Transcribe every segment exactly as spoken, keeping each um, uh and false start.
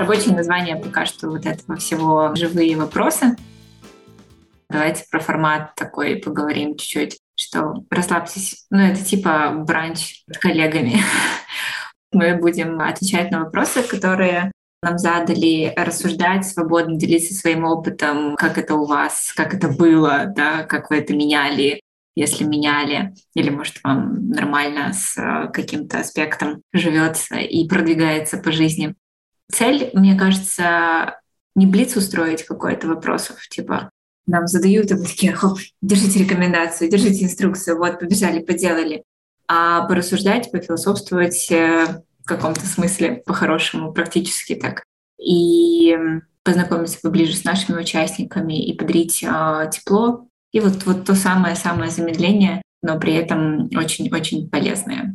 Рабочее название пока что вот этого всего «Живые вопросы». Давайте про формат такой поговорим чуть-чуть, что расслабьтесь. Ну, это типа бранч с коллегами. Мы будем отвечать на вопросы, которые нам задали, рассуждать, свободно делиться своим опытом, как это у вас, как это было, да, как вы это меняли, если меняли, или, может, вам нормально с каким-то аспектом живется и продвигается по жизни. Цель, мне кажется, не блиц устроить какой-то вопросов, типа нам задают, и мы такие, хоп, держите рекомендацию, держите инструкцию, вот, побежали, поделали, а порассуждать, пофилософствовать в каком-то смысле, по-хорошему, практически так, и познакомиться поближе с нашими участниками и подарить э, тепло, и вот, вот то самое-самое замедление, но при этом очень-очень полезное.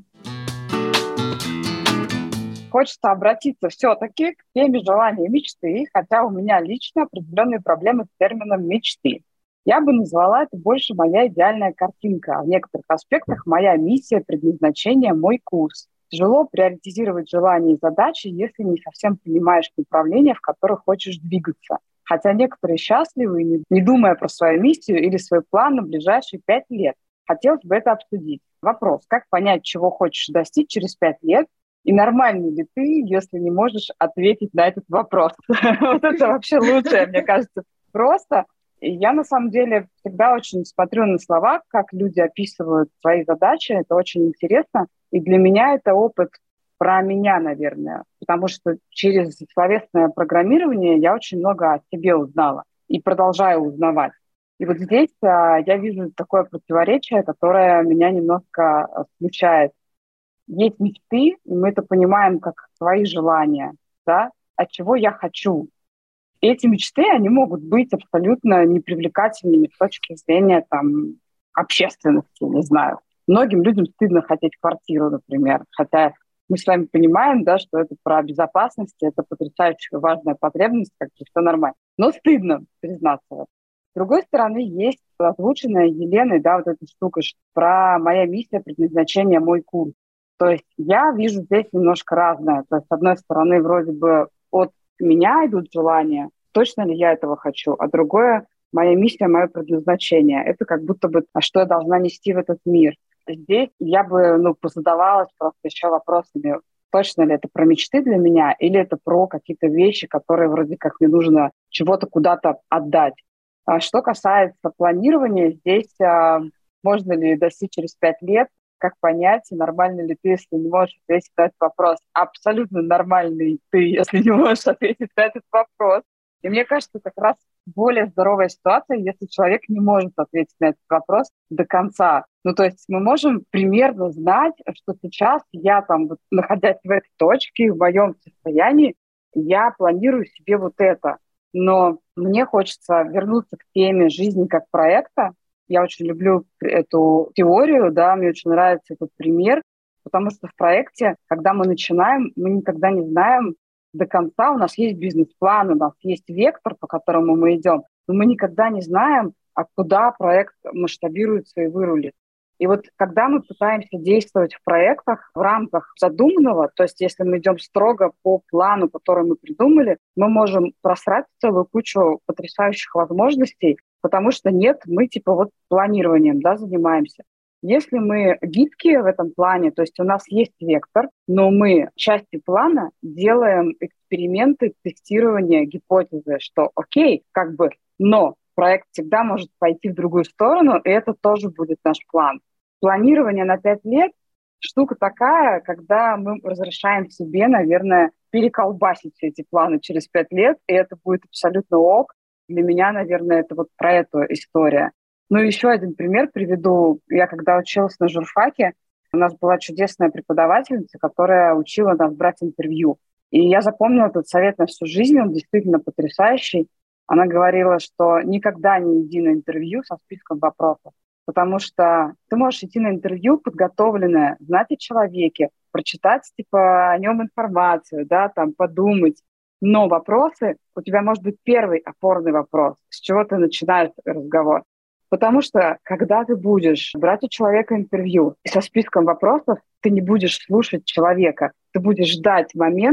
Хочется обратиться все-таки к теме желания и мечты, хотя у меня лично определенные проблемы с термином «мечты». Я бы назвала это больше моя идеальная картинка, а в некоторых аспектах моя миссия, предназначение, мой курс. Тяжело приоритизировать желания и задачи, если не совсем понимаешь направления, в которых хочешь двигаться. Хотя некоторые счастливы, не думая про свою миссию или свой план на ближайшие пять лет. Хотелось бы это обсудить. Вопрос, как понять, чего хочешь достичь через пять лет, и нормальный ли ты, если не можешь ответить на этот вопрос? Вот это вообще лучшее, мне кажется. Просто я на самом деле всегда очень смотрю на слова, как люди описывают свои задачи. Это очень интересно. И для меня это опыт про меня, наверное. Потому что через словесное программирование я очень много о себе узнала и продолжаю узнавать. И вот здесь а, я вижу такое противоречие, которое меня немножко смущает. Есть мечты, и мы это понимаем как свои желания, да, от чего я хочу. И эти мечты, они могут быть абсолютно непривлекательными с точки зрения там, общественности, не знаю. Многим людям стыдно хотеть квартиру, например, хотя мы с вами понимаем, да, что это про безопасность, это потрясающе важная потребность, как бы все нормально. Но стыдно признаться в этом. С другой стороны, есть озвученная Еленой, да, вот эта штука, что про моя миссия, предназначение, мой курс. То есть я вижу здесь немножко разное. То есть, с одной стороны, вроде бы от меня идут желания, точно ли я этого хочу, а другое — моя миссия, мое предназначение. Это как будто бы, а что я должна нести в этот мир. Здесь я бы ну, позадавалась просто еще вопросами, точно ли это про мечты для меня или это про какие-то вещи, которые вроде как мне нужно чего-то куда-то отдать. А что касается планирования, здесь а, можно ли достичь через пять лет, как понять, нормальный ли ты, если не можешь ответить на этот вопрос. Абсолютно нормальный ты, если не можешь ответить на этот вопрос. И мне кажется, как раз более здоровая ситуация, если человек не может ответить на этот вопрос до конца. Ну, то есть мы можем примерно знать, что сейчас я там, вот, находясь в этой точке, в моем состоянии, я планирую себе вот это. Но мне хочется вернуться к теме жизни как проекта. Я очень люблю эту теорию, да, мне очень нравится этот пример, потому что в проекте, когда мы начинаем, мы никогда не знаем до конца, у нас есть бизнес-план, у нас есть вектор, по которому мы идем, но мы никогда не знаем, а куда проект масштабируется и вырулит. И вот когда мы пытаемся действовать в проектах в рамках задуманного, то есть если мы идем строго по плану, который мы придумали, мы можем просрать целую кучу потрясающих возможностей, потому что нет, мы типа вот планированием, да, занимаемся. Если мы гибкие в этом плане, то есть у нас есть вектор, но мы частью плана делаем эксперименты, тестирование, гипотезы, что окей, как бы, но проект всегда может пойти в другую сторону, и это тоже будет наш план. Планирование на пять лет — штука такая, когда мы разрешаем себе, наверное, переколбасить все эти планы через пять лет, и это будет абсолютно ок. Для меня, наверное, это вот про эту историю. Ну, еще один пример приведу. Я когда училась на журфаке, у нас была чудесная преподавательница, которая учила нас брать интервью. И я запомнила этот совет на всю жизнь, он действительно потрясающий. Она говорила, что никогда не иди на интервью со списком вопросов, потому что ты можешь идти на интервью подготовленное, знать о человеке, прочитать типа о нем информацию, да, там подумать. Но вопросы, у тебя может быть первый опорный вопрос, с чего ты начинаешь разговор. Потому что, когда ты будешь брать у человека интервью и со списком вопросов, ты не будешь слушать человека, ты будешь ждать момент,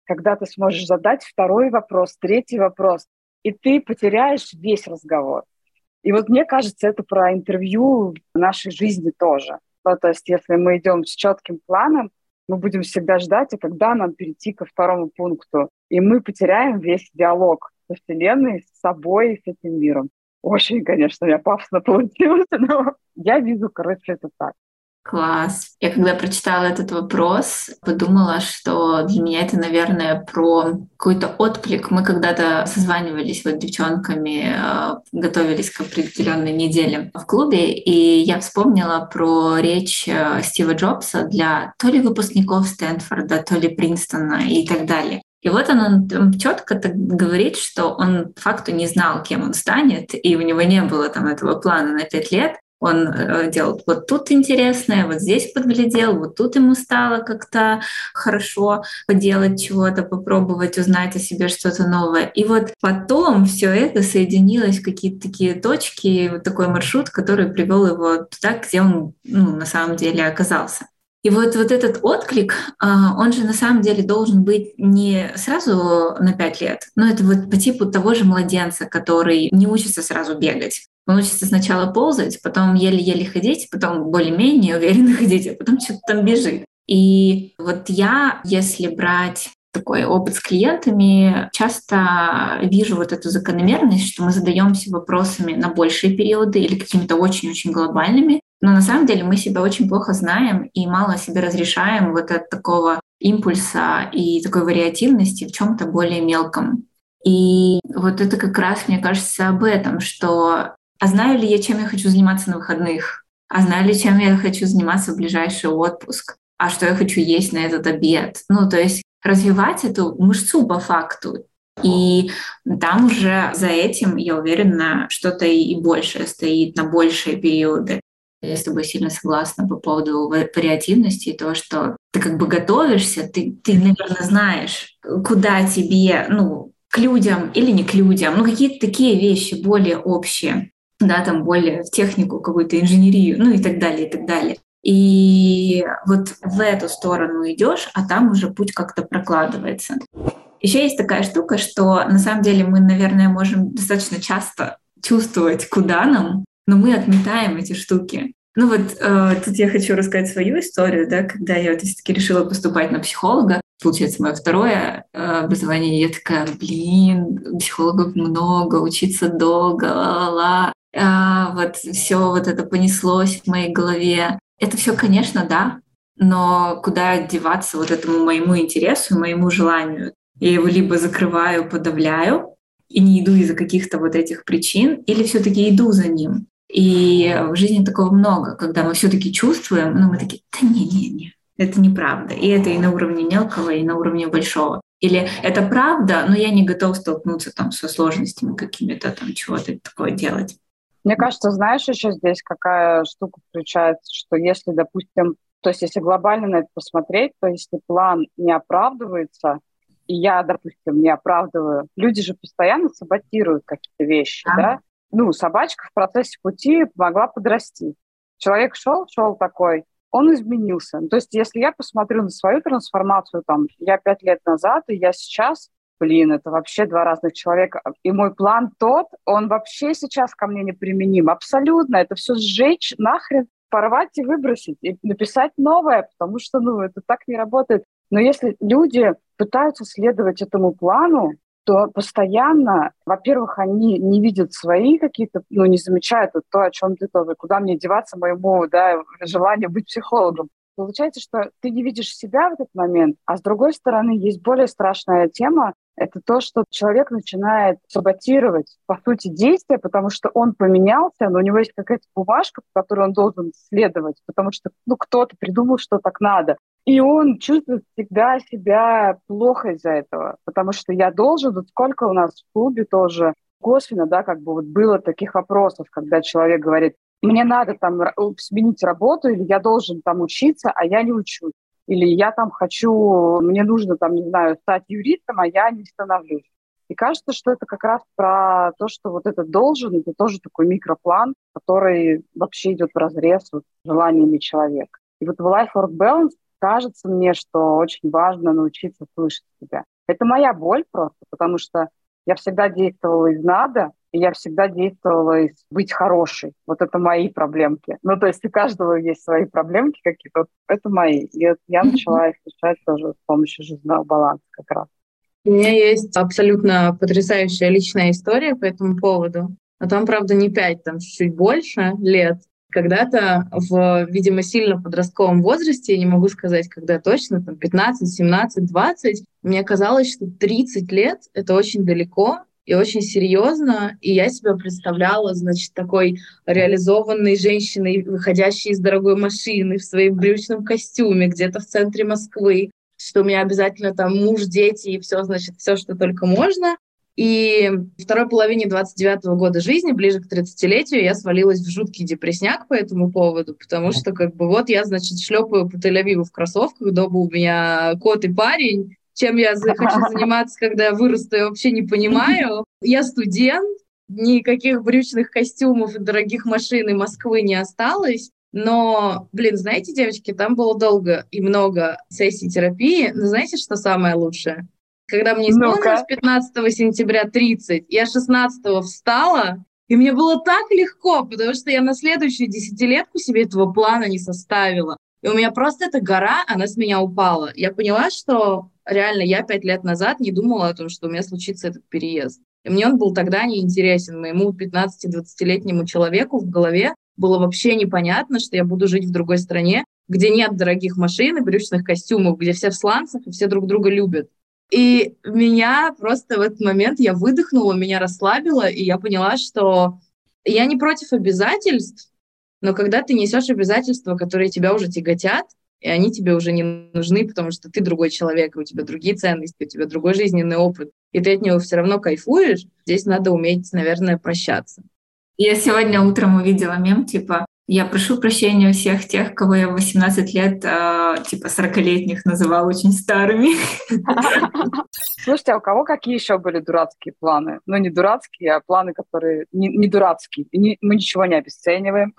когда ты сможешь задать второй вопрос, третий вопрос, и ты потеряешь весь разговор. И вот мне кажется, это про интервью в нашей жизни тоже. Ну, то есть если мы идем с четким планом, мы будем всегда ждать, а когда нам перейти ко второму пункту. И мы потеряем весь диалог со Вселенной, с собой, с этим миром. Очень, конечно, у меня пафосно получилось, но я вижу, короче, это так. Класс. Я когда прочитала этот вопрос, подумала, что для меня это, наверное, про какой-то отклик. Мы когда-то созванивались вот с девчонками, э, готовились к определенной неделе в клубе, и я вспомнила про речь э, Стива Джобса для то ли выпускников Стэнфорда, то ли Принстона и так далее. И вот он, он четко так говорит, что он по факту не знал, кем он станет, и у него не было там этого плана на пять лет. Он э, делал вот тут интересное, вот здесь подглядел, вот тут ему стало как-то хорошо поделать чего-то, попробовать узнать о себе что-то новое. И вот потом все это соединилось в какие-то такие точки, вот такой маршрут, который привел его туда, где он ну, на самом деле оказался. И вот, вот этот отклик, он же на самом деле должен быть не сразу на пять лет, но это вот по типу того же младенца, который не учится сразу бегать. Он учится сначала ползать, потом еле-еле ходить, потом более-менее уверенно ходить, а потом что-то там бежит. И вот я, если брать такой опыт с клиентами, часто вижу вот эту закономерность, что мы задаемся вопросами на большие периоды или какими-то очень-очень глобальными, но на самом деле мы себя очень плохо знаем и мало себе разрешаем вот от такого импульса и такой вариативности в чем-то более мелком. И вот это как раз, мне кажется, об этом, что а знаю ли я, чем я хочу заниматься на выходных? А знаю ли, чем я хочу заниматься в ближайший отпуск? А что я хочу есть на этот обед? Ну, то есть развивать эту мышцу по факту. И там уже за этим, я уверена, что-то и большее стоит на большие периоды. Я с тобой сильно согласна по поводу вариативности и то, что ты как бы готовишься, ты, ты наверное, знаешь, куда тебе, ну, к людям или не к людям, ну, какие-то такие вещи более общие, да, там более в технику, какую-то инженерию, ну и так далее, и так далее. И вот в эту сторону идешь, а там уже путь как-то прокладывается. Еще есть такая штука, что на самом деле мы, наверное, можем достаточно часто чувствовать, куда нам, но мы отметаем эти штуки. Ну вот э, тут я хочу рассказать свою историю, да, когда я вот все-таки решила поступать на психолога. Получается, мое второе э, образование, и я такая, блин, психологов много, учиться долго, ла-ла-ла. А, вот все вот это понеслось в моей голове. Это все, конечно, да, но куда деваться вот этому моему интересу, моему желанию? Я его либо закрываю, подавляю и не иду из-за каких-то вот этих причин, или все-таки иду за ним. И в жизни такого много, когда мы все-таки чувствуем, но мы такие, да не-не-не, это неправда. И это и на уровне мелкого, и на уровне большого. Или это правда, но я не готов столкнуться там со сложностями какими-то, там чего-то такое делать. Мне кажется, знаешь, еще здесь какая штука включается, что если, допустим, то есть если глобально на это посмотреть, то если план не оправдывается, и я, допустим, не оправдываю, люди же постоянно саботируют какие-то вещи, да? да? Ну, собачка в процессе пути могла подрасти. Человек шел, шел такой, он изменился. То есть если я посмотрю на свою трансформацию, там, я пять лет назад, и я сейчас, блин, это вообще два разных человека. И мой план тот, он вообще сейчас ко мне неприменим. Абсолютно. Это все сжечь нахрен, порвать и выбросить, и написать новое, потому что, ну, это так не работает. Но если люди пытаются следовать этому плану, то постоянно, во-первых, они не видят свои какие-то, ну, не замечают вот то, о чем ты тоже, куда мне деваться моему, да, желанию быть психологом. Получается, что ты не видишь себя в этот момент, а с другой стороны есть более страшная тема, это то, что человек начинает саботировать, по сути, действия, потому что он поменялся, но у него есть какая-то бумажка, по которой он должен следовать, потому что, ну, кто-то придумал, что так надо. И он чувствует всегда себя плохо из-за этого, потому что я должен, вот сколько у нас в клубе тоже косвенно, да, как бы вот было таких вопросов, когда человек говорит, мне надо там сменить работу, или я должен там учиться, а я не учусь. Или я там хочу, мне нужно там, не знаю, стать юристом, а я не становлюсь. И кажется, что это как раз про то, что вот это должен, это тоже такой микроплан, который вообще идет вразрез вот с желаниями человека. И вот в Life-Work Balance кажется мне, что очень важно научиться слышать себя. Это моя боль просто, потому что я всегда действовала из надо, и я всегда действовала из быть хорошей. Вот это мои проблемки. Ну, то есть у каждого есть свои проблемки какие-то. Вот это мои. И вот я начала их решать тоже с помощью жизненного баланса как раз. У меня есть абсолютно потрясающая личная история по этому поводу. Но там, правда, не пять, там чуть-чуть больше лет. Когда-то в, видимо, сильно подростковом возрасте, я не могу сказать, когда точно, там пятнадцать, семнадцать, двадцать, мне казалось, что тридцать лет — это очень далеко и очень серьезно. И я себя представляла, значит, такой реализованной женщиной, выходящей из дорогой машины в своем брючном костюме где-то в центре Москвы, что у меня обязательно там муж, дети и все, значит, все, что только можно. И в второй половине двадцать девятого года жизни, ближе к тридцатилетию, я свалилась в жуткий депресняк по этому поводу, потому что как бы вот я, значит, шлепаю по Тель-Авиву в кроссовках, дома у меня кот и парень. Чем я хочу заниматься, когда я вырасту, я вообще не понимаю. Я студент, никаких брючных костюмов и дорогих машин и Москвы не осталось. Но, блин, знаете, девочки, там было долго и много сессий терапии. Но знаете, что самое лучшее? Когда мне исполнилось пятнадцатого сентября тридцать, я шестнадцатого встала, и мне было так легко, потому что я на следующую десятилетку себе этого плана не составила. И у меня просто эта гора, она с меня упала. Я поняла, что реально я пять лет назад не думала о том, что у меня случится этот переезд. И мне он был тогда неинтересен. Моему пятнадцати-двадцатилетнему человеку в голове было вообще непонятно, что я буду жить в другой стране, где нет дорогих машин и брючных костюмов, где все в сланцах и все друг друга любят. И меня просто в этот момент, я выдохнула, меня расслабило, и я поняла, что я не против обязательств, но когда ты несешь обязательства, которые тебя уже тяготят, и они тебе уже не нужны, потому что ты другой человек, и у тебя другие ценности, у тебя другой жизненный опыт, и ты от него все равно кайфуешь, здесь надо уметь, наверное, прощаться. Я сегодня утром увидела мем, типа, я прошу прощения у всех тех, кого я в восемнадцать лет, э, типа, сорокалетних называла очень старыми. Слушайте, а у кого какие еще были дурацкие планы? Ну, не дурацкие, а планы, которые не, не дурацкие. Не, мы ничего не обесцениваем.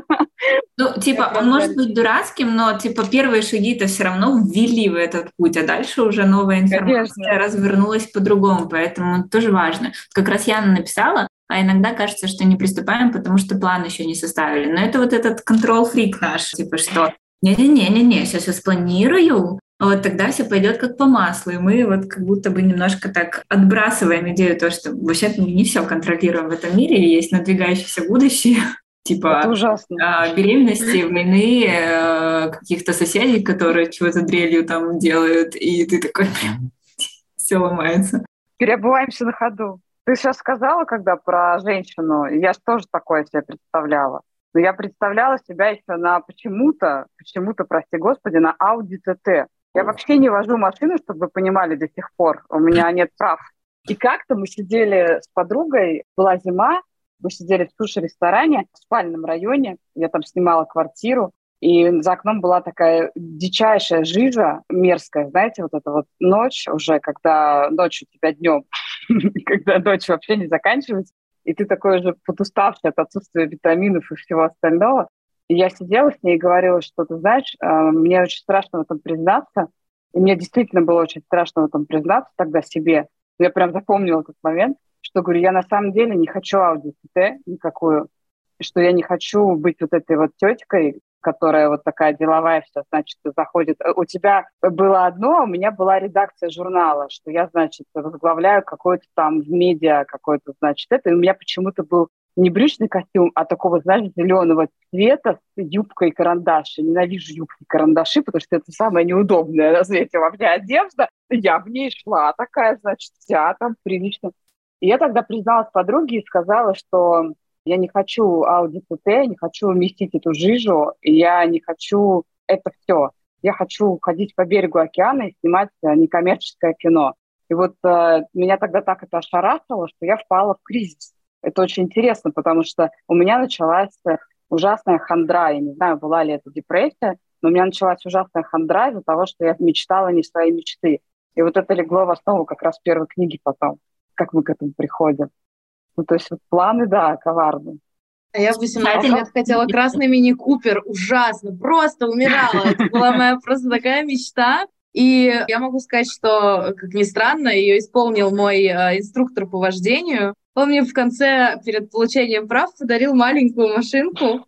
Ну, типа, он может быть дурацким, но, типа, первые шаги-то все равно ввели в этот путь, а дальше уже новая информация Конечно. развернулась по-другому, поэтому это тоже важно. Как раз Яна написала, а иногда кажется, что не приступаем, потому что план еще не составили. Но это вот этот контрол-фрик наш, типа что не-не-не-не-не, сейчас я спланирую, вот тогда все пойдет как по маслу. И мы вот как будто бы немножко так отбрасываем идею того, что вообще мы не все контролируем в этом мире, и есть надвигающееся будущее, типа беременности, войны, каких-то соседей, которые чего-то дрелью там делают, и ты такой прям все ломается. Переобуваемся на ходу. Ты сейчас сказала, когда про женщину, я же тоже такое себе представляла. Но я представляла себя еще на почему-то, почему-то, прости господи, на Audi ти ти. Я вообще не вожу машину, чтобы вы понимали до сих пор. У меня нет прав. И как-то мы сидели с подругой, была зима, мы сидели в суши-ресторане в спальном районе, я там снимала квартиру, и за окном была такая дичайшая жижа, мерзкая, знаете, вот эта вот ночь уже, когда ночь у тебя днем, когда ночь вообще не заканчивается, и ты такой уже подуставший от отсутствия витаминов и всего остального. И я сидела с ней и говорила, что, ты знаешь, мне очень страшно в этом признаться, и мне действительно было очень страшно в этом признаться тогда себе. Я прям запомнила этот момент, что, говорю, я на самом деле не хочу Audi ти ти никакую, что я не хочу быть вот этой вот теткой, которая вот такая деловая вся, значит, заходит. У тебя было одно, а у меня была редакция журнала, что я, значит, возглавляю какой-то там в медиа, какой-то, значит, это. И у меня почему-то был не брючный костюм, а такого, знаешь, зеленого цвета с юбкой карандаши. Ненавижу юбки карандаши, потому что это самое неудобное на свете вообще одежда. Я в ней шла такая, значит, вся там прилично. И я тогда призналась подруге и сказала, что я не хочу Audi ти ти, не хочу вместить эту жижу, и я не хочу это все. Я хочу ходить по берегу океана и снимать некоммерческое кино. И вот э, меня тогда так это ошарашило, что я впала в кризис. Это очень интересно, потому что у меня началась ужасная хандра. Я не знаю, была ли это депрессия, но у меня началась ужасная хандра из-за того, что я мечтала не свои мечты. И вот это легло в основу как раз первой книги потом, как мы к этому приходим. Ну, то есть вот планы, да, коварные. А я в восемнадцать лет хотела красный мини-купер. Ужасно, просто умирала. Это была моя просто такая мечта. И я могу сказать, что, как ни странно, ее исполнил мой э, инструктор по вождению. Он мне в конце, перед получением прав, подарил маленькую машинку.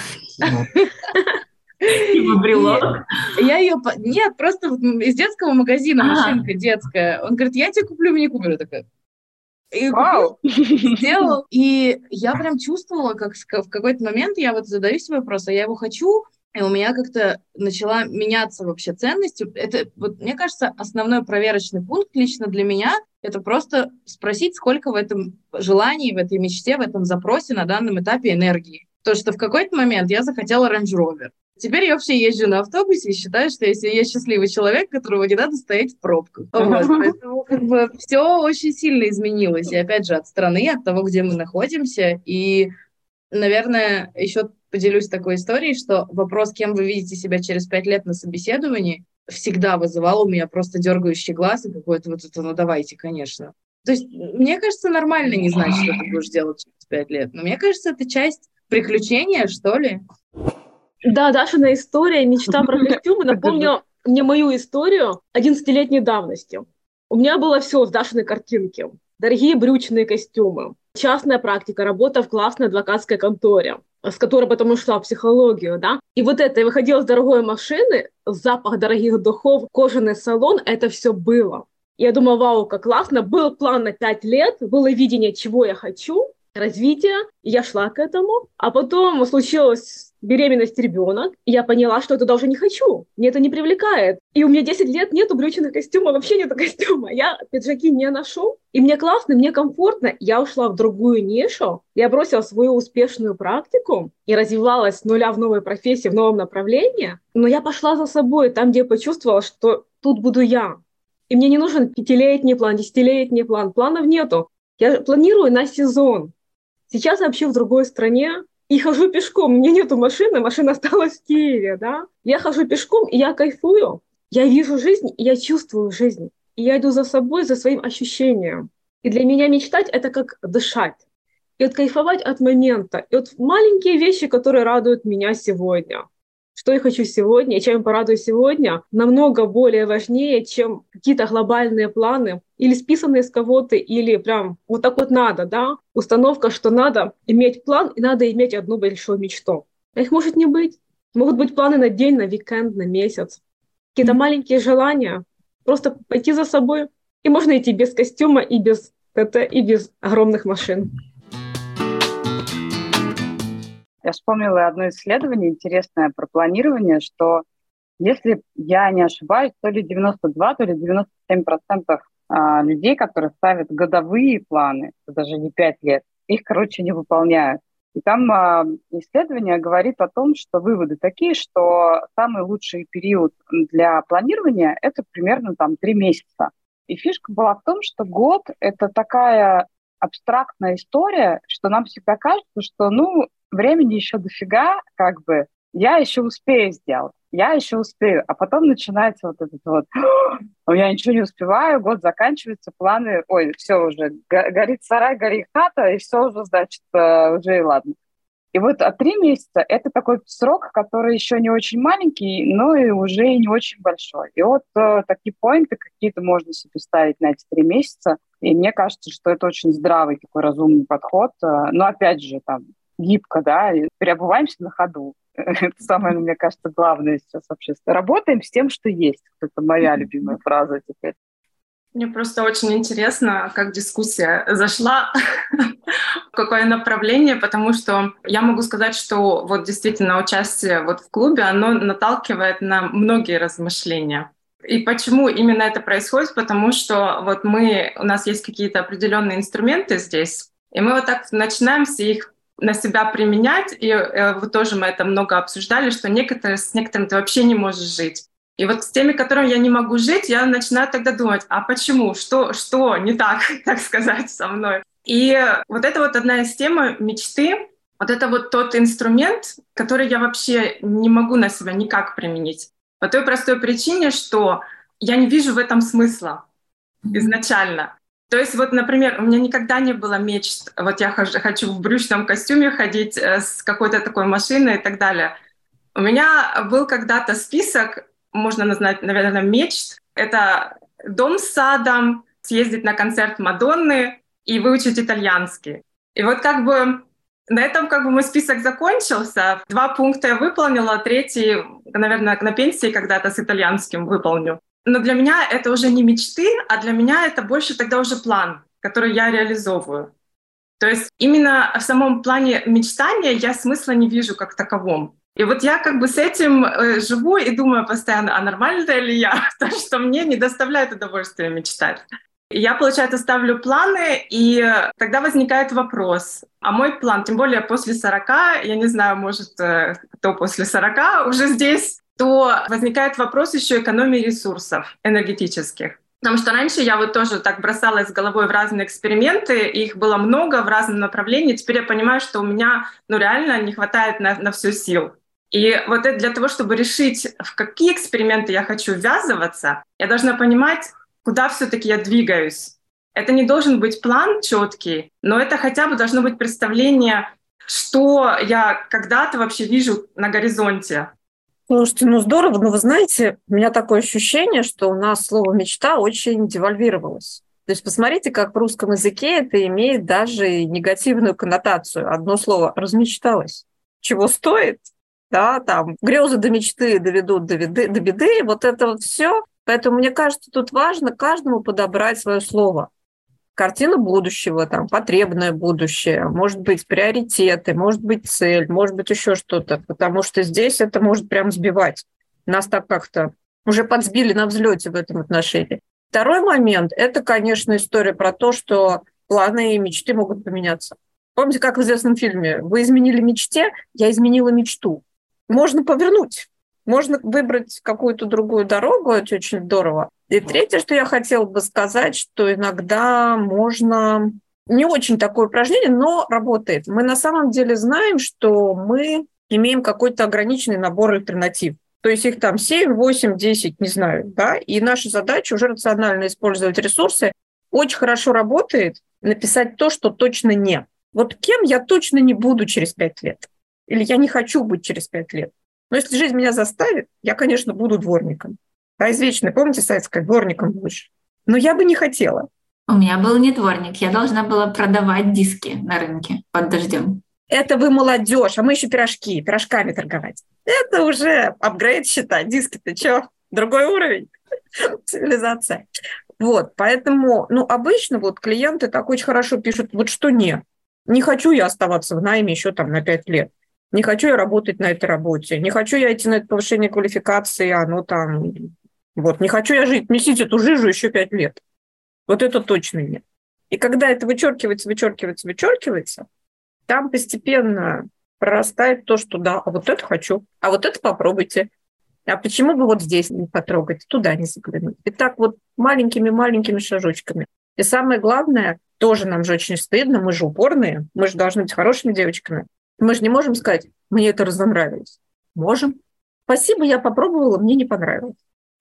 Типа брелок? Я ее... Нет, просто из детского магазина машинка детская. Он говорит, я тебе куплю мини-купер. Я такая... И купил, сделал. И я прям чувствовала, как в какой-то момент я вот задаю себе вопрос, а я его хочу, и у меня как-то начала меняться вообще ценность. Это, вот, мне кажется, основной проверочный пункт лично для меня — это просто спросить, сколько в этом желании, в этой мечте, в этом запросе на данном этапе энергии. То, что в какой-то момент я захотела Range Rover. Теперь я вообще езжу на автобусе и считаю, что если я счастливый человек, которого не надо стоять в пробках. Вот. Поэтому как бы все очень сильно изменилось. И опять же, от страны, от того, где мы находимся. И, наверное, еще поделюсь такой историей, что вопрос, кем вы видите себя через пять лет на собеседовании, всегда вызывал у меня просто дергающий глаз и какое-то вот это, ну давайте, конечно. То есть, мне кажется, нормально не знать, что ты будешь делать через пять лет. Но мне кажется, это часть приключения, что ли. Да, Дашина история, мечта про костюмы напомнила мне мою историю одиннадцатилетней давности. У меня было все с Дашиной картинки. Дорогие брючные костюмы, частная практика, работа в классной адвокатской конторе, с которой потом ушла в психологию, да. И вот это, я выходила с дорогой машины, запах дорогих духов, кожаный салон, это все было. Я думала, вау, как классно, был план на пять лет, было видение, чего я хочу, развитие, и я шла к этому. А потом случилось беременность, ребенок, и я поняла, что это даже не хочу, мне это не привлекает. И у меня десять лет нету брючных костюмов, вообще нету костюма. Я пиджаки не ношу, и мне классно, мне комфортно. Я ушла в другую нишу, я бросила свою успешную практику и развивалась с нуля в новой профессии, в новом направлении. Но я пошла за собой, там, где я почувствовала, что тут буду я. И мне не нужен пятилетний план, десятилетний план, планов нету. Я планирую на сезон. Сейчас я вообще в другой стране, и хожу пешком. У меня нету машины, машина осталась в Киеве, да. Я хожу пешком, и я кайфую. Я вижу жизнь, и я чувствую жизнь. И я иду за собой, за своим ощущением. И для меня мечтать — это как дышать. И вот кайфовать от момента. И вот маленькие вещи, которые радуют меня сегодня. Что я хочу сегодня, и чем я порадуюсь сегодня, намного более важнее, чем какие-то глобальные планы, или списанные с кого-то, или прям вот так вот надо, да? Установка, что надо иметь план, и надо иметь одну большую мечту. А их может не быть. Могут быть планы на день, на уикенд, на месяц. Какие-то mm-hmm. маленькие желания. Просто пойти за собой. И можно идти без костюма, и без ТТ, и без огромных машин. Я вспомнила одно исследование интересное про планирование, что если я не ошибаюсь, то ли девяносто два, то ли девяносто семь процентов людей, которые ставят годовые планы, даже не пять лет, их, короче, не выполняют. И там исследование говорит о том, что выводы такие, что самый лучший период для планирования — это примерно там три месяца. И фишка была в том, что год — это такая абстрактная история, что нам всегда кажется, что, ну, времени еще дофига, как бы, я еще успею сделать, я еще успею. А потом начинается вот этот вот, я ничего не успеваю, год заканчивается, планы, ой, все уже, горит сарай, горит хата, и все уже, значит, уже и ладно. И вот а три месяца — это такой срок, который еще не очень маленький, но и уже не очень большой. И вот э, такие поинты какие-то можно себе ставить на эти три месяца. И мне кажется, что это очень здравый такой разумный подход. Но опять же, там, гибко, да, и переобуваемся на ходу. Это самое, мне кажется, главное сейчас вообще. Работаем с тем, что есть. Это моя любимая фраза теперь. Мне просто очень интересно, как дискуссия зашла, в какое направление, потому что я могу сказать, что вот действительно участие вот в клубе, оно наталкивает на многие размышления. И почему именно это происходит? Потому что вот мы, у нас есть какие-то определенные инструменты здесь, и мы вот так начинаем все их на себя применять, и э, вот тоже мы это много обсуждали, что некоторые, с некоторыми ты вообще не можешь жить. И вот с теми, которыми я не могу жить, я начинаю тогда думать, а почему, что, что не так, так сказать, со мной. И вот это вот одна из тем мечты, вот это вот тот инструмент, который я вообще не могу на себя никак применить. По той простой причине, что я не вижу в этом смысла изначально. То есть вот, например, у меня никогда не было мечт, вот я хочу в брючном костюме ходить с какой-то такой машиной и так далее. У меня был когда-то список можно назвать, наверное, мечт. Это дом с садом, съездить на концерт Мадонны и выучить итальянский. И вот как бы на этом как бы мой список закончился. Два пункта я выполнила, третий, наверное, на пенсии когда-то с итальянским выполню. Но для меня это уже не мечты, а для меня это больше тогда уже план, который я реализовываю. То есть именно в самом плане мечтания я смысла не вижу как таковом. И вот я как бы с этим э, живу и думаю постоянно, а нормально ли я, то, что мне не доставляет удовольствия мечтать. И я, получается, ставлю планы, и тогда возникает вопрос, а мой план, тем более после сорока, я не знаю, может, э, кто после сорока уже здесь, то возникает вопрос еще экономии ресурсов энергетических. Потому что раньше я вот тоже так бросалась с головой в разные эксперименты, их было много в разном направлении. Теперь я понимаю, что у меня ну, реально не хватает на, на всю сил. И вот это для того, чтобы решить, в какие эксперименты я хочу ввязываться, я должна понимать, куда все-таки я двигаюсь. Это не должен быть план четкий, но это хотя бы должно быть представление, что я когда-то вообще вижу на горизонте. Слушайте, ну здорово, но вы знаете, у меня такое ощущение, что у нас слово «мечта» очень девальвировалось. То есть посмотрите, как в русском языке это имеет даже негативную коннотацию. Одно слово «размечталось». Чего стоит? Да, там грезы до мечты доведут до беды, до беды, вот это вот все. Поэтому, мне кажется, тут важно каждому подобрать свое слово. Картина будущего, там, потребное будущее, может быть, приоритеты, может быть, цель, может быть, еще что-то, потому что здесь это может прям сбивать. Нас так как-то уже подсбили на взлете в этом отношении. Второй момент – это, конечно, история про то, что планы и мечты могут поменяться. Помните, как в известном фильме «Вы изменили мечте, я изменила мечту». Можно повернуть. Можно выбрать какую-то другую дорогу, это очень здорово. И третье, что я хотела бы сказать, что иногда можно... Не очень такое упражнение, но работает. Мы на самом деле знаем, что мы имеем какой-то ограниченный набор альтернатив. То есть их там семь, восемь, десять, не знаю, да, и наша задача уже рационально использовать ресурсы. Очень хорошо работает написать то, что точно не. Вот кем я точно не буду через пять лет? Или я не хочу быть через пять лет? Но если жизнь меня заставит, я, конечно, буду дворником. Да, извечный, помните, советская, дворником будешь. Но я бы не хотела. У меня был не дворник, я должна была продавать диски на рынке под дождем. Это вы молодежь, а мы еще пирожки, пирожками торговать. Это уже апгрейд считать. Диски-то что? Другой уровень. Цивилизация. Вот, поэтому, ну, обычно вот клиенты так очень хорошо пишут, вот что не. Не хочу я оставаться в найме еще там на пять лет. Не хочу я работать на этой работе. Не хочу я идти на это повышение квалификации, оно там... Вот, не хочу я жить, несить эту жижу еще пять лет. Вот это точно нет. И когда это вычеркивается, вычеркивается, вычеркивается, там постепенно прорастает то, что да, а вот это хочу, а вот это попробуйте. А почему бы вот здесь не потрогать, туда не заглянуть? И так вот маленькими-маленькими шажочками. И самое главное, тоже нам же очень стыдно, мы же упорные, мы же должны быть хорошими девочками. Мы же не можем сказать, мне это разнравилось. Можем. Спасибо, я попробовала, мне не понравилось.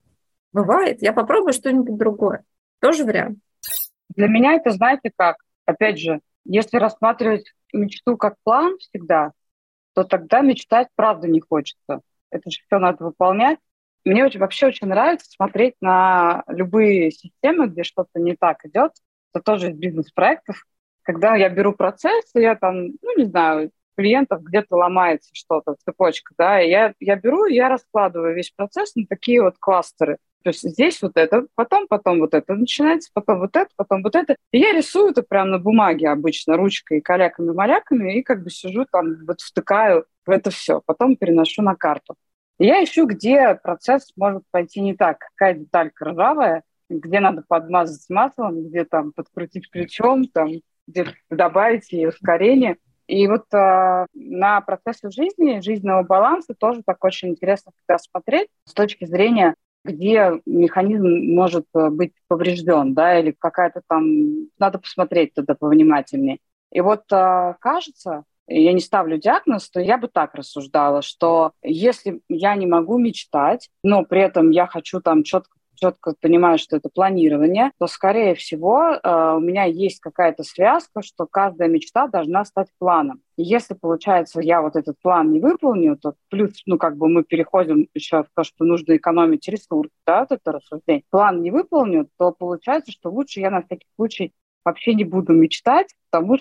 Бывает, я попробую что-нибудь другое. Тоже вариант. Для меня это, знаете как, опять же, если рассматривать мечту как план всегда, то тогда мечтать правда не хочется. Это же все надо выполнять. Мне очень, вообще очень нравится смотреть на любые системы, где что-то не так идет. Это тоже из бизнес-проектов. Когда я беру процесс, и я там, ну не знаю, клиентов где-то ломается что-то, цепочка, да, и я, я беру, и я раскладываю весь процесс на такие вот кластеры. То есть здесь вот это, потом, потом вот это начинается, потом вот это, потом вот это. И я рисую это прямо на бумаге обычно, ручкой, каляками-маляками, и как бы сижу там, вот втыкаю в это все. Потом переношу на карту. И я ищу, где процесс может пойти не так, какая деталька ржавая, где надо подмазать маслом, где там подкрутить ключом, там, где добавить ей ускорение. И вот э, на процессы жизни, жизненного баланса тоже так очень интересно всегда смотреть с точки зрения, где механизм может быть поврежден, да, или какая-то там... Надо посмотреть туда повнимательнее. И вот э, кажется, я не ставлю диагноз, то я бы так рассуждала, что если я не могу мечтать, но при этом я хочу там четко четко понимаю, что это планирование, то, скорее всего, у меня есть какая-то связка, что каждая мечта должна стать планом. И если, получается, я вот этот план не выполню, то плюс, ну, как бы мы переходим еще в то, что нужно экономить ресурсы, да, вот это рассуждение. План не выполню, то получается, что лучше я на всякий случай вообще не буду мечтать, потому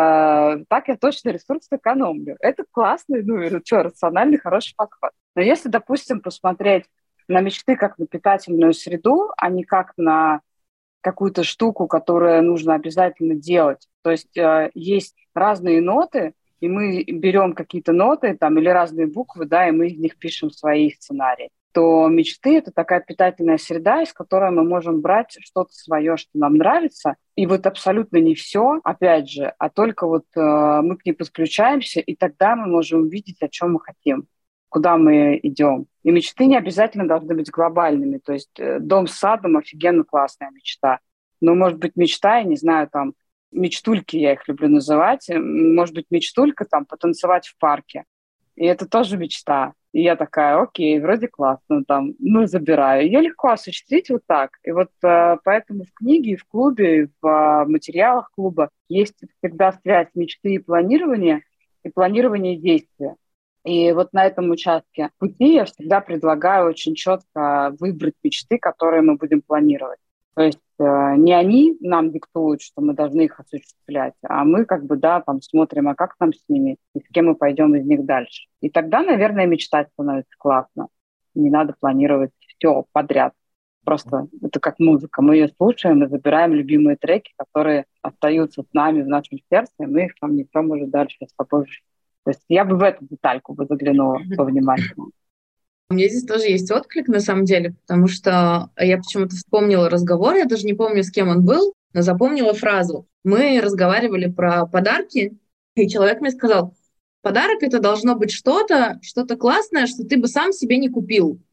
что так я точно ресурс экономлю. Это классный, ну, что, рациональный, хороший подход. Но если, допустим, посмотреть на мечты как на питательную среду, а не как на какую-то штуку, которую нужно обязательно делать. То есть э, есть разные ноты, и мы берем какие-то ноты там, или разные буквы, да, и мы из них пишем свои сценарии. То мечты — это такая питательная среда, из которой мы можем брать что-то свое, что нам нравится. И вот абсолютно не все, опять же, а только вот э, мы к ней подключаемся, и тогда мы можем увидеть, о чем мы хотим, куда мы идем. И мечты не обязательно должны быть глобальными. То есть э, дом с садом — офигенно классная мечта. Но, может быть, мечта, я не знаю, там, мечтульки, я их люблю называть, может быть, мечтулька там потанцевать в парке. И это тоже мечта. И я такая, окей, вроде классно, там, ну, забираю. Ее легко осуществить вот так. И вот э, поэтому в книге, и в клубе, и в э, материалах клуба есть всегда связь мечты и планирования, и планирования действия. И вот на этом участке пути я всегда предлагаю очень четко выбрать мечты, которые мы будем планировать. То есть э, не они нам диктуют, что мы должны их осуществлять, а мы как бы, да, там смотрим, а как нам с ними, и с кем мы пойдем из них дальше. И тогда, наверное, мечтать становится классно. Не надо планировать все подряд. Просто это как музыка. Мы ее слушаем и забираем любимые треки, которые остаются с нами в нашем сердце, и мы их там несем уже дальше с собой. То есть я бы в эту детальку бы заглянула повнимательнее. У меня здесь тоже есть отклик, на самом деле, потому что я почему-то вспомнила разговор, я даже не помню, с кем он был, но запомнила фразу. Мы разговаривали про подарки, и человек мне сказал, подарок — это должно быть что-то, что-то классное, что ты бы сам себе не купил.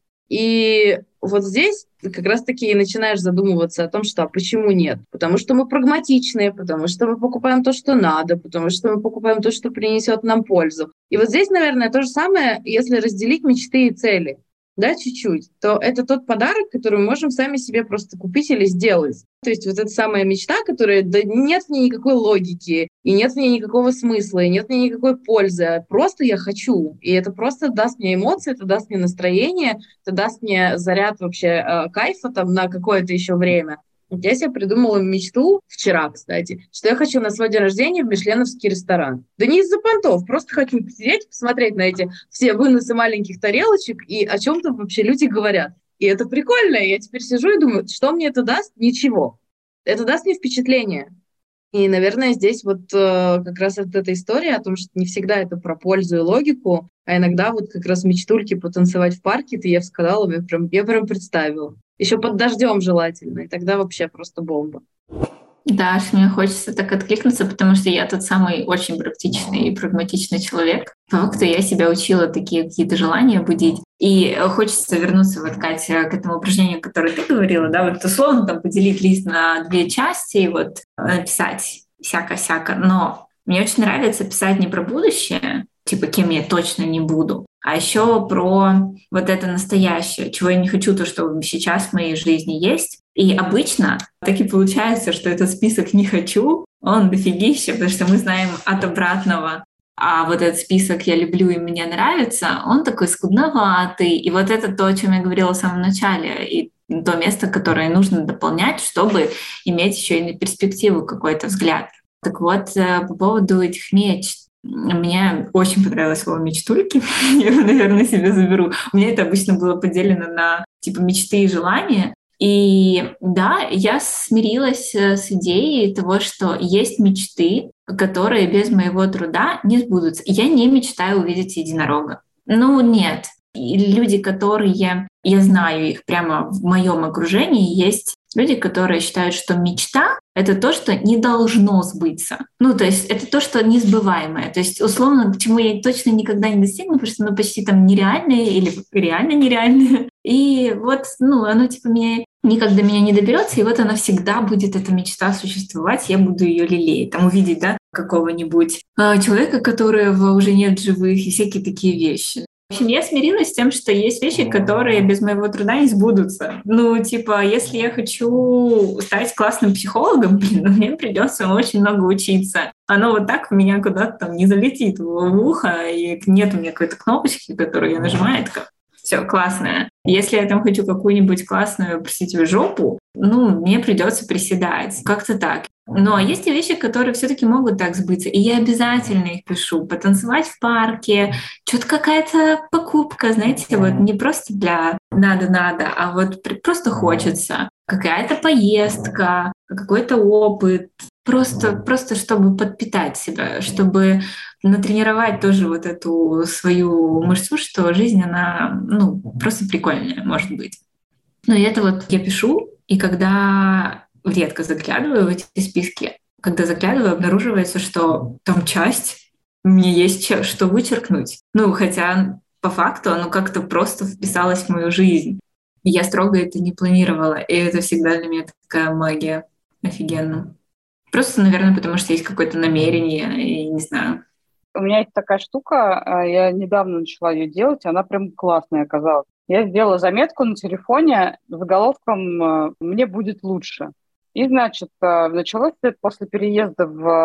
И вот здесь ты как раз-таки начинаешь задумываться о том, что а почему нет? Потому что мы прагматичные, потому что мы покупаем то, что надо, потому что мы покупаем то, что принесет нам пользу. И вот здесь, наверное, то же самое, если разделить мечты и цели, да, чуть-чуть, то это тот подарок, который мы можем сами себе просто купить или сделать. То есть вот эта самая мечта, которая, да нет в ней никакой логики, и нет в ней никакого смысла, и нет в ней никакой пользы, а просто я хочу. И это просто даст мне эмоции, это даст мне настроение, это даст мне заряд вообще э, кайфа там на какое-то еще время. Вот я себе придумала мечту вчера, кстати, что я хочу на свой день рождения в мишленовский ресторан. Да не из-за понтов, просто хочу посидеть, посмотреть на эти все выносы маленьких тарелочек и о чем там вообще люди говорят. И это прикольно. Я теперь сижу и думаю, что мне это даст? Ничего. Это даст мне впечатление. И, наверное, здесь вот э, как раз вот эта история о том, что не всегда это про пользу и логику, а иногда вот как раз мечтульки потанцевать в парке, ты, я сказала, я прям, я прям представила. Еще под дождем желательно, и тогда вообще просто бомба. Да, аж мне хочется так откликнуться, потому что я тот самый очень практичный и прагматичный человек. По факту я себя учила такие какие-то желания будить. И хочется вернуться, вот, Катя, к этому упражнению, которое ты говорила, да, вот условно там поделить лист на две части и вот написать всяко-всяко. Но мне очень нравится писать не про будущее, типа кем я точно не буду, а еще про вот это настоящее, чего я не хочу, то, что сейчас в моей жизни есть. И обычно так и получается, что этот список «не хочу», он дофигища, потому что мы знаем от обратного. А вот этот список «я люблю» и «мне нравится», он такой скудноватый. И вот это то, о чем я говорила в самом начале, и то место, которое нужно дополнять, чтобы иметь еще и на перспективу какой-то взгляд. Так вот, по поводу этих мечт. Мне очень понравилось слово «мечтульки». Я его, наверное, себе заберу. У меня это обычно было поделено на типа мечты и желания. И да, я смирилась с идеей того, что есть мечты, которые без моего труда не сбудутся. Я не мечтаю увидеть единорога. Ну, нет. И люди, которые, я знаю их прямо в моем окружении, есть люди, которые считают, что мечта — это то, что не должно сбыться. Ну, то есть это то, что несбываемое. То есть, условно, к чему я точно никогда не достигну, потому что оно почти там нереальное или реально нереальное. И вот, ну, оно типа меня никогда меня не доберется, и вот она всегда будет, эта мечта, существовать, я буду ее лелеять. Там увидеть, да, какого-нибудь э, человека, которого уже нет в живых, и всякие такие вещи. В общем, я смирилась с тем, что есть вещи, которые без моего труда не сбудутся. Ну, типа, если я хочу стать классным психологом, блин, ну, мне придется очень много учиться. Оно вот так у меня куда-то там не залетит в ухо, и нет у меня какой-то кнопочки, которую я нажимаю, и такая, все, классная. Если я там хочу какую-нибудь классную, простите, жопу, ну, мне придется приседать. Как-то так. Но есть и вещи, которые все-таки могут так сбыться, и я обязательно их пишу. Потанцевать в парке, что-то какая-то покупка, знаете, вот не просто для надо-надо, а вот просто хочется. Какая-то поездка, какой-то опыт, просто, просто чтобы подпитать себя, чтобы натренировать тоже вот эту свою мышцу, что жизнь, она, ну, просто прикольная, может быть. Ну и это вот я пишу, и когда редко заглядываю в эти списки, когда заглядываю, обнаруживается, что там часть мне есть что вычеркнуть. Ну, хотя по факту оно как-то просто вписалось в мою жизнь. И я строго это не планировала, и это всегда для меня такая магия. Офигенно. Просто, наверное, потому что есть какое-то намерение, и не знаю. У меня есть такая штука, я недавно начала ее делать, она прям классная оказалась. Я сделала заметку на телефоне с заголовком «Мне будет лучше». И, значит, началось это после переезда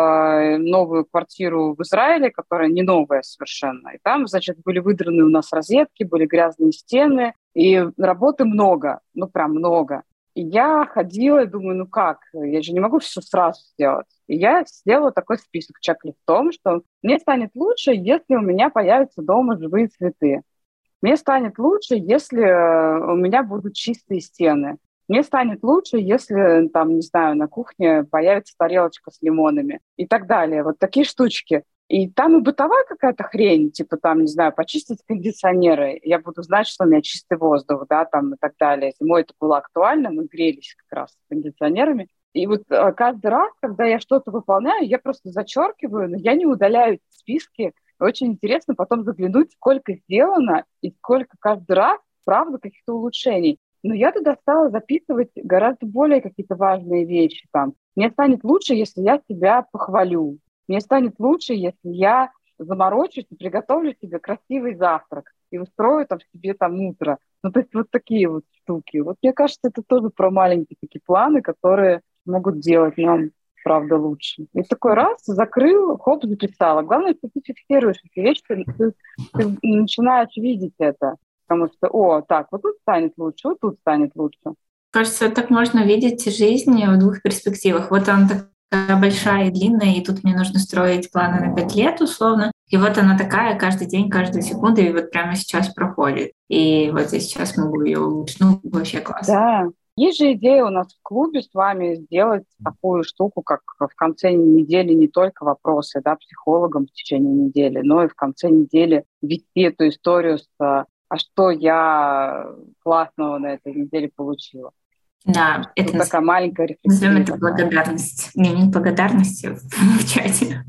в новую квартиру в Израиле, которая не новая совершенно. И там, значит, были выдраны у нас розетки, были грязные стены, и работы много, ну прям много. И я ходила и думаю, ну как, я же не могу все сразу сделать. И я сделала такой список, чек-листом, что мне станет лучше, если у меня появятся дома живые цветы. Мне станет лучше, если у меня будут чистые стены. Мне станет лучше, если, там, не знаю, на кухне появится тарелочка с лимонами и так далее. Вот такие штучки. И там и бытовая какая-то хрень, типа там, не знаю, почистить кондиционеры. Я буду знать, что у меня чистый воздух, да, там и так далее. Зимой это было актуально, мы грелись как раз с кондиционерами. И вот каждый раз, когда я что-то выполняю, я просто зачеркиваю, но я не удаляю списки. Очень интересно потом заглянуть, сколько сделано и сколько каждый раз, правда, каких-то улучшений. Но я туда стала записывать гораздо более какие-то важные вещи. Там. Мне станет лучше, если я себя похвалю. Мне станет лучше, если я заморочусь и приготовлю себе красивый завтрак и устрою там себе там утро. Ну, то есть вот такие вот штуки. Вот мне кажется, это тоже про маленькие такие планы, которые могут делать нам, правда, лучше. И такой раз закрыл, хоп, записала. Главное, что ты фиксируешь эти вещи, ты, ты начинаешь видеть это. Потому что, о, так, вот тут станет лучше, вот тут станет лучше. Кажется, так можно видеть жизнь в двух перспективах. Вот она такая большая и длинная, и тут мне нужно строить планы на пять лет условно. И вот она такая каждый день, каждую секунду, и вот прямо сейчас проходит. И вот я сейчас могу ее улучшить. Ну, вообще классно. Да. Есть же идея у нас в клубе с вами сделать такую штуку, как в конце недели не только вопросы, да, психологам в течение недели, но и в конце недели вести эту историю с «а что я классного на этой неделе получила». Да, это вот такая маленькая рефлексия. Назовем это благодарность. Дневник благодарности в чате.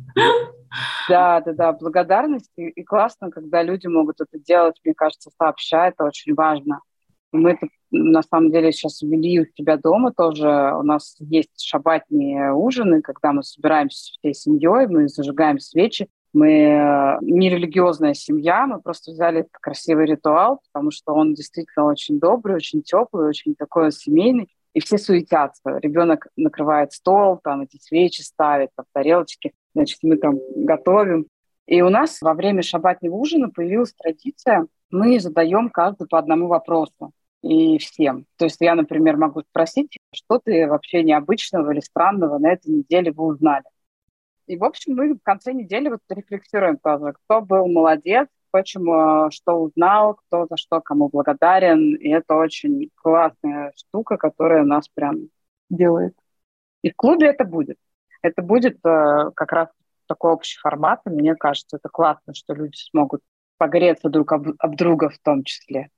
Да, да, да, благодарность. И, и классно, когда люди могут это делать, мне кажется, сообща, это очень важно. Мы это, на самом деле, сейчас ввели у себя дома тоже. У нас есть шаббатные ужины, когда мы собираемся всей семьей, мы зажигаем свечи. Мы не религиозная семья, мы просто взяли этот красивый ритуал, потому что он действительно очень добрый, очень теплый, очень такой семейный. И все суетятся. Ребенок накрывает стол, там эти свечи ставит, там тарелочки. Значит, мы там готовим. И у нас во время шаббатного ужина появилась традиция. Мы задаем каждый по одному вопросу. И всем. То есть я, например, могу спросить, что ты вообще необычного или странного на этой неделе вы узнали. И, в общем, мы в конце недели вот рефлексируем тоже, кто был молодец, почему, что узнал, кто за что кому благодарен. И это очень классная штука, которая нас прям делает. И в клубе это будет. Это будет э, как раз такой общий формат. И мне кажется, это классно, что люди смогут погреться друг об, об друга в том числе.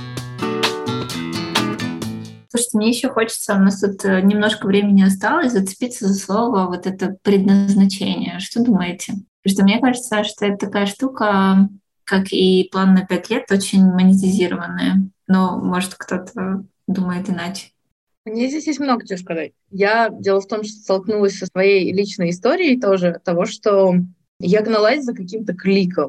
Слушайте, мне еще хочется, у нас тут немножко времени осталось, зацепиться за слово вот это предназначение. Что думаете? Потому что мне кажется, что это такая штука, как и план на пять лет, очень монетизированная. Но, может, кто-то думает иначе. Мне здесь есть много чего сказать. Я, дело в том, что столкнулась со своей личной историей тоже, того, что я гналась за каким-то кликом.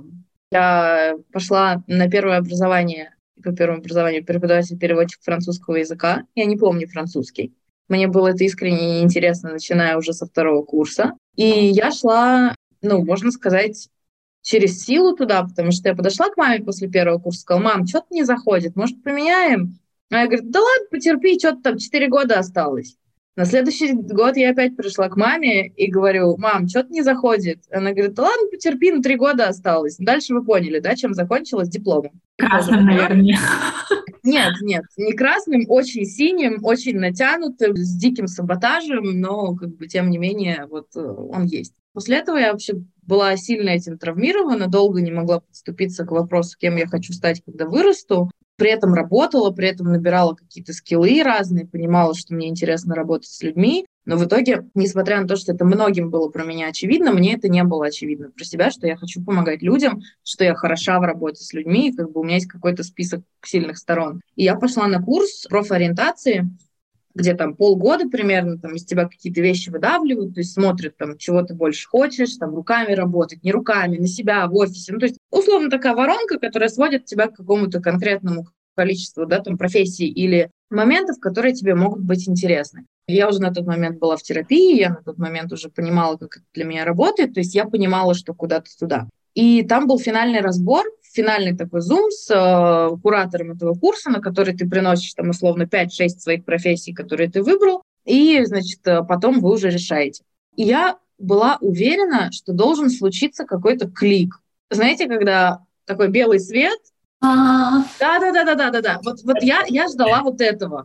Я пошла на первое образование, по первому образованию преподаватель-переводчик французского языка. Я не помню французский. Мне было это искренне неинтересно, начиная уже со второго курса. И я шла, ну, можно сказать, через силу туда, потому что я подошла к маме после первого курса, сказала: мам, что-то не заходит, может, поменяем? Она говорит: да ладно, потерпи, что-то там четыре года осталось. На следующий год я опять пришла к маме и говорю: мам, что-то не заходит. Она говорит: да ладно, потерпи, ну три года осталось. Дальше вы поняли, да, чем закончилось? Дипломом. Красным, наверное. Нет, нет, не красным, очень синим, очень натянутым, с диким саботажем, но как бы тем не менее вот он есть. После этого я вообще была сильно этим травмирована, долго не могла подступиться к вопросу, кем я хочу стать, когда вырасту. При этом работала, при этом набирала какие-то скиллы разные, понимала, что мне интересно работать с людьми. Но в итоге, несмотря на то, что это многим было про меня очевидно, мне это не было очевидно про себя, что я хочу помогать людям, что я хороша в работе с людьми, и как бы у меня есть какой-то список сильных сторон. И я пошла на курс профориентации, где там полгода примерно там из тебя какие-то вещи выдавливают, то есть смотрят, там, чего ты больше хочешь, там, руками работать, не руками, на себя в офисе. Ну, то есть, условно, такая воронка, которая сводит тебя к какому-то конкретному количеству, да, там, профессий или моментов, которые тебе могут быть интересны. Я уже на тот момент была в терапии, я на тот момент уже понимала, как это для меня работает, то есть я понимала, что куда-то туда. И там был финальный разбор, финальный такой зум с э, куратором этого курса, на который ты приносишь там условно пять-шесть своих профессий, которые ты выбрал, и, значит, потом вы уже решаете. И я была уверена, что должен случиться какой-то клик. Знаете, когда такой белый свет, да-да-да-да-да-да. Вот, вот я, я ждала вот этого.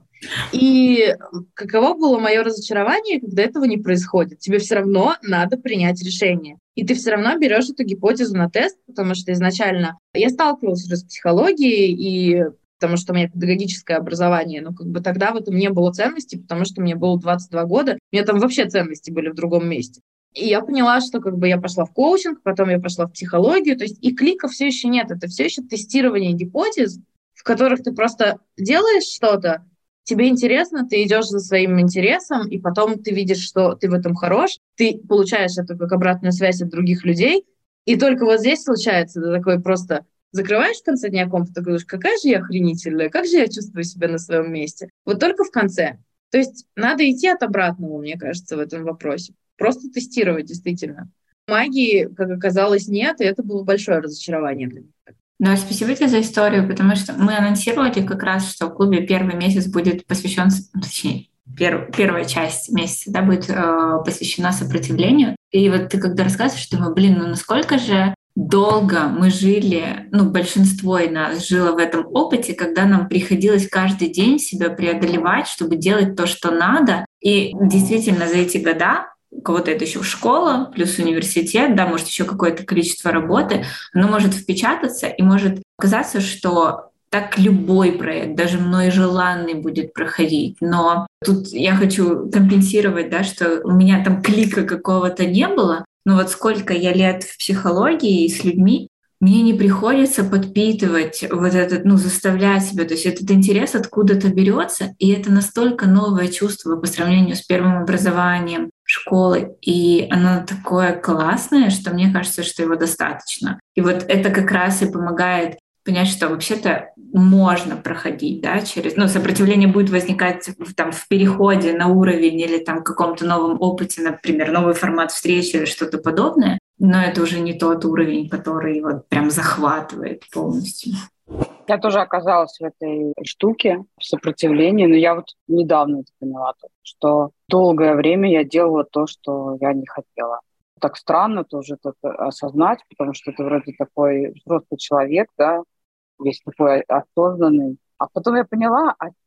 И каково было мое разочарование, когда этого не происходит? Тебе все равно надо принять решение. И ты все равно берешь эту гипотезу на тест, потому что изначально я сталкивалась уже с психологией, и потому что у меня педагогическое образование, но как бы тогда в этом не было ценности, потому что мне было двадцать два года, у меня там вообще ценности были в другом месте. И я поняла, что как бы я пошла в коучинг, потом я пошла в психологию, то есть и клика все еще нет, это все еще тестирование гипотез, в которых ты просто делаешь что-то, тебе интересно, ты идешь за своим интересом, и потом ты видишь, что ты в этом хорош, ты получаешь это как обратную связь от других людей, и только вот здесь случается, ты такой просто закрываешь в конце дня комп, ты говоришь: какая же я охренительная, как же я чувствую себя на своем месте. Вот только в конце. То есть надо идти от обратного, мне кажется, в этом вопросе. Просто тестировать, действительно. Магии, как оказалось, нет, и это было большое разочарование для меня. Да, спасибо тебе за историю, потому что мы анонсировали как раз, что в клубе первый месяц будет посвящен, точнее, пер, первая часть месяца, да, будет э, посвящена сопротивлению. И вот ты когда рассказываешь, думаю, блин, ну насколько же долго мы жили, ну, большинство из нас жило в этом опыте, когда нам приходилось каждый день себя преодолевать, чтобы делать то, что надо. И действительно за эти года, у кого-то это еще школа, плюс университет, да, может, еще какое-то количество работы, оно может впечататься и может казаться, что так любой проект, даже мной желанный, будет проходить. Но тут я хочу компенсировать, да, что у меня там клика какого-то не было, но вот сколько я лет в психологии и с людьми, мне не приходится подпитывать вот этот, ну, заставлять себя. То есть этот интерес откуда-то берется, и это настолько новое чувство по сравнению с первым образованием, школы, и оно такое классное, что мне кажется, что его достаточно. И вот это как раз и помогает понять, что вообще-то можно проходить, да, через, ну, сопротивление будет возникать в, там, в переходе на уровень или там каком-то новом опыте, например, новый формат встречи или что-то подобное, но это уже не тот уровень, который вот прям захватывает полностью. Я тоже оказалась в этой штуке, в сопротивлении, но я вот недавно это поняла, что долгое время я делала то, что я не хотела. Так странно тоже это осознать, потому что ты вроде такой взрослый человек, да, весь такой осознанный. А потом я поняла, а,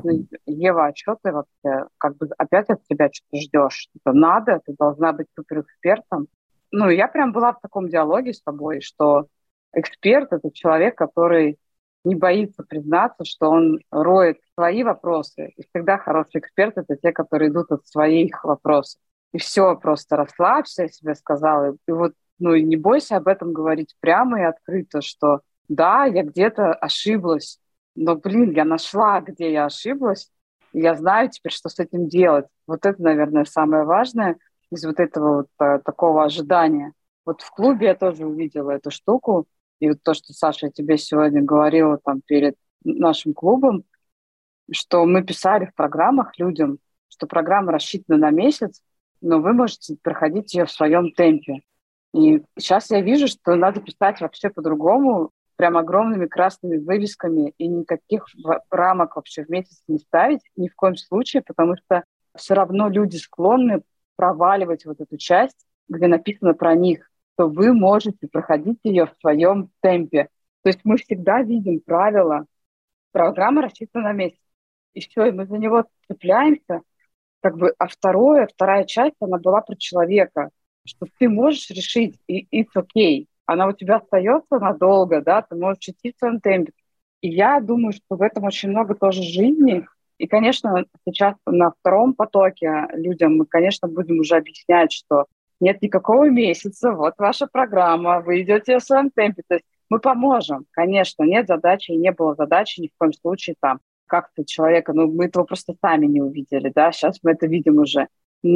Ева, а что ты вообще как бы опять от себя что-то ждешь? Это надо, ты должна быть суперэкспертом. Ну, я прям была в таком диалоге с тобой, что эксперт — это человек, который не боится признаться, что он роет свои вопросы. И всегда хороший эксперт — это те, которые идут от своих вопросов. И все, просто расслабься, я себе сказала. И вот, ну, и не бойся об этом говорить прямо и открыто, что да, я где-то ошиблась, но, блин, я нашла, где я ошиблась, и я знаю теперь, что с этим делать. Вот это, наверное, самое важное из вот этого вот а, такого ожидания. Вот в клубе я тоже увидела эту штуку, И вот то, что, Саша, я тебе сегодня говорила там перед нашим клубом, что мы писали в программах людям, что программа рассчитана на месяц, но вы можете проходить ее в своем темпе. И сейчас я вижу, что надо писать вообще по-другому, прям огромными красными вывесками, и никаких рамок вообще в месяц не ставить ни в коем случае, потому что все равно люди склонны проваливать вот эту часть, где написано про них, что вы можете проходить ее в своем темпе. То есть мы всегда видим правила. Программа рассчитана на месяц. И все, и мы за него цепляемся. Как бы, а второе, вторая часть, она была про человека, что ты можешь решить, и it's okay. Она у тебя остается надолго, да, ты можешь идти в своем темпе. И я думаю, что в этом очень много тоже жизни. И, конечно, сейчас на втором потоке людям мы, конечно, будем уже объяснять, что нет никакого месяца, вот ваша программа, вы идете в своем темпе. То есть мы поможем, конечно, нет задачи, и не было задачи ни в коем случае там как-то человека, ну, мы этого просто сами не увидели, да, сейчас мы это видим уже.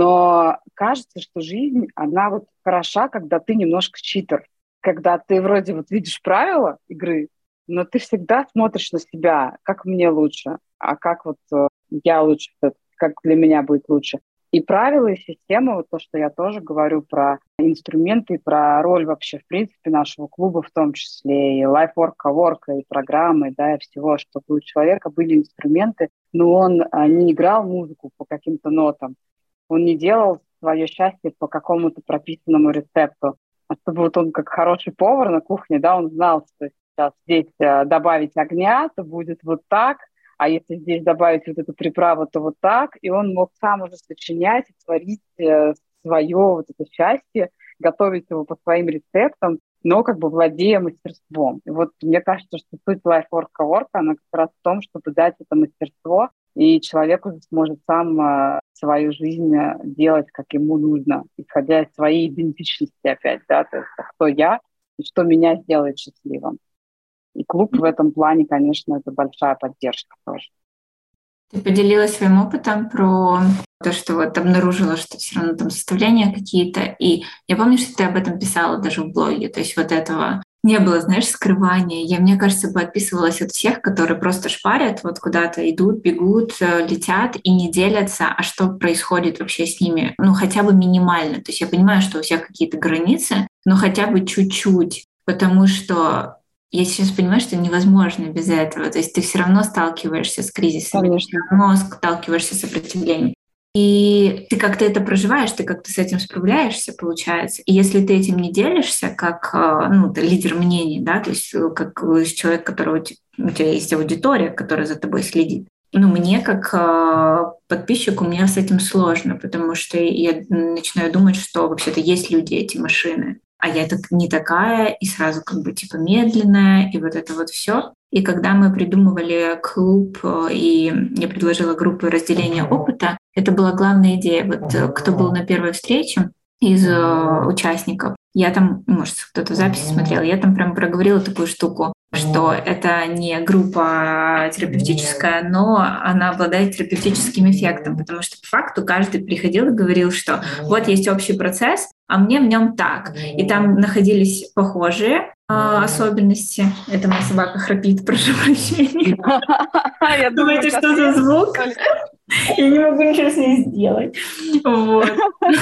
Но кажется, что жизнь, она вот хороша, когда ты немножко читер, когда ты вроде вот видишь правила игры, но ты всегда смотришь на себя, как мне лучше, а как вот э, я лучше, как для меня будет лучше. И правила, и система, вот то, что я тоже говорю про инструменты, про роль вообще, в принципе, нашего клуба, в том числе и лайфворк, коворк, и программы, да, и всего, чтобы у человека были инструменты, но он а, не играл музыку по каким-то нотам, он не делал свое счастье по какому-то прописанному рецепту, а чтобы вот он как хороший повар на кухне, да, он знал, что сейчас здесь а, добавить огня, то будет вот так, а если здесь добавить вот эту приправу, то вот так. И он мог сам уже сочинять и творить э, свое вот это счастье, готовить его по своим рецептам, но как бы владея мастерством. И вот мне кажется, что суть лайфворк коворк, она как раз в том, чтобы дать это мастерство, и человек уже сможет сам э, свою жизнь делать, как ему нужно, исходя из своей идентичности опять, да, то есть кто я и что меня сделает счастливым. И клуб в этом плане, конечно, это большая поддержка тоже. Ты поделилась своим опытом про то, что вот обнаружила, что все равно там составления какие-то. И я помню, что ты об этом писала даже в блоге. То есть вот этого не было, знаешь, скрывания. Я, мне кажется, бы отписывалась от всех, которые просто шпарят, вот куда-то идут, бегут, летят и не делятся, а что происходит вообще с ними, ну хотя бы минимально. То есть я понимаю, что у всех какие-то границы, но хотя бы чуть-чуть, потому что я сейчас понимаю, что невозможно без этого. То есть ты все равно сталкиваешься с кризисом, ты все равно сталкиваешься с сопротивлением. И ты как-то это проживаешь, ты как-то с этим справляешься, получается. И если ты этим не делишься, как ну, ты лидер мнений, да, то есть как человек, которого у тебя есть аудитория, которая за тобой следит, ну, мне как подписчику, мне с этим сложно, потому что я начинаю думать, что вообще-то есть люди, эти машины, а я так не такая, и сразу как бы типа медленная, и вот это вот все. И когда мы придумывали клуб, и я предложила группы разделения опыта, это была главная идея. Вот кто был на первой встрече из участников, я там, может, кто-то записи смотрел, я там прям проговорила такую штуку, что это не группа терапевтическая, но она обладает терапевтическим эффектом, потому что по факту каждый приходил и говорил, что вот есть общий процесс, а мне в нем так. И там находились похожие э, особенности. Это моя собака храпит, прошу прощения. Думаете, что за звук? Я не могу ничего с ней сделать. Вот.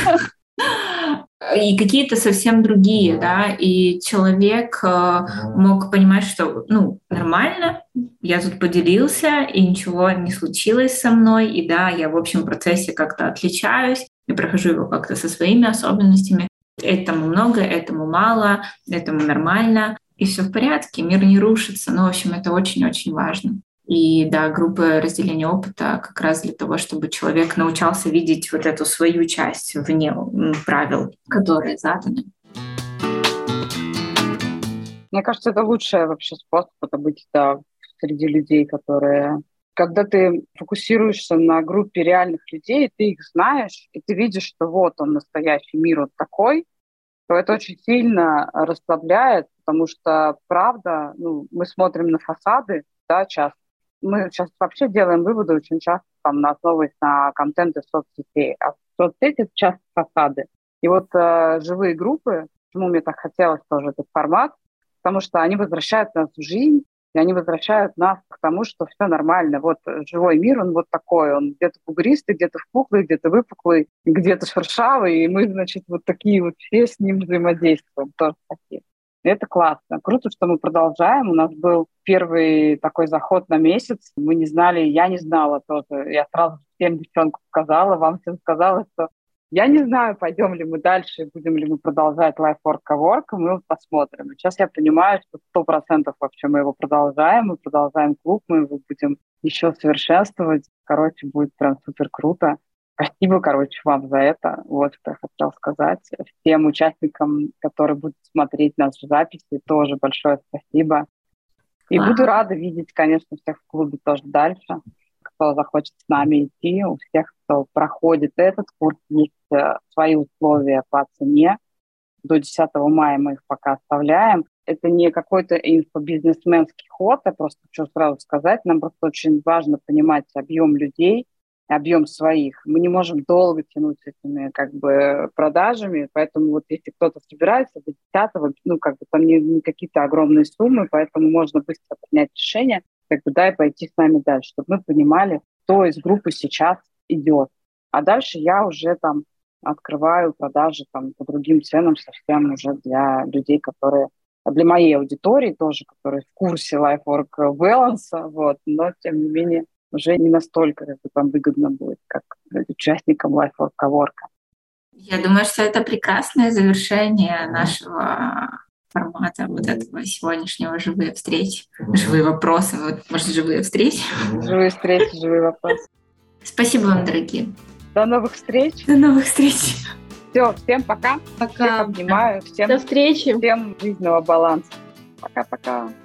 И какие-то совсем другие, да, и человек э, мог понимать, что, ну, нормально, я тут поделился, и ничего не случилось со мной, и да, я в общем процессе как-то отличаюсь, я прохожу его как-то со своими особенностями, этому много, этому мало, этому нормально, и все в порядке, мир не рушится, ну, в общем, это очень-очень важно. И да, группа разделения опыта как раз для того, чтобы человек научался видеть вот эту свою часть вне правил, которые заданы. Мне кажется, это лучший вообще способ это быть да, среди людей, которые... Когда ты фокусируешься на группе реальных людей, ты их знаешь, и ты видишь, что вот он, настоящий мир вот такой, то это очень сильно расслабляет, потому что, правда, ну, мы смотрим на фасады, да, часто. Мы сейчас вообще делаем выводы очень часто, там, основываясь на контенте соцсетей. А соцсети — это часто фасады. И вот э, живые группы, почему мне так хотелось тоже этот формат, потому что они возвращают нас в жизнь, и они возвращают нас к тому, что все нормально. Вот живой мир, он вот такой, он где-то бугристый, где-то впуклый, где-то выпуклый, где-то шершавый, и мы, значит, вот такие вот все с ним взаимодействуем, тоже такие. И это классно. Круто, что мы продолжаем. У нас был первый такой заход на месяц. Мы не знали, я не знала тоже. Я сразу всем девчонкам сказала, вам всем сказала, что я не знаю, пойдем ли мы дальше, будем ли мы продолжать LifeWork Cowork, мы вот посмотрим. И сейчас я понимаю, что сто процентов вообще мы его продолжаем, мы продолжаем клуб, мы его будем еще совершенствовать. Короче, будет прям супер круто. Спасибо, короче, вам за это. Вот что я хотела сказать. Всем участникам, которые будут смотреть нас в записи, тоже большое спасибо. И Вау. Буду рада видеть, конечно, всех в клубе тоже дальше. Кто захочет с нами идти, у всех, кто проходит этот курс, есть свои условия по цене. До десятого мая мы их пока оставляем. Это не какой-то инфобизнесменский ход, я просто хочу сразу сказать. Нам просто очень важно понимать объем людей, объем своих. Мы не можем долго тянуть с этими как бы продажами, поэтому вот если кто-то собирается до десятого, ну как бы там не, не какие-то огромные суммы, поэтому можно быстро принять решение, как бы да, и пойти с нами дальше, чтобы мы понимали, кто из группы сейчас идет. А дальше я уже там открываю продажи там по другим ценам совсем уже для людей, которые, для моей аудитории тоже, которые в курсе LifeWork Balance, вот, но тем не менее уже не настолько как бы, там выгодно будет, как участникам LifeWork Cowork. Я думаю, что это прекрасное завершение нашего формата вот этого сегодняшнего «Живые встречи». Живые вопросы, вот, может, живые встречи. Живые встречи, живые вопросы. Спасибо вам, дорогие. До новых встреч. До новых встреч. Все, всем пока. Пока. Всех обнимаю. Всем, До встречи. Всем жизненного баланса. Пока-пока.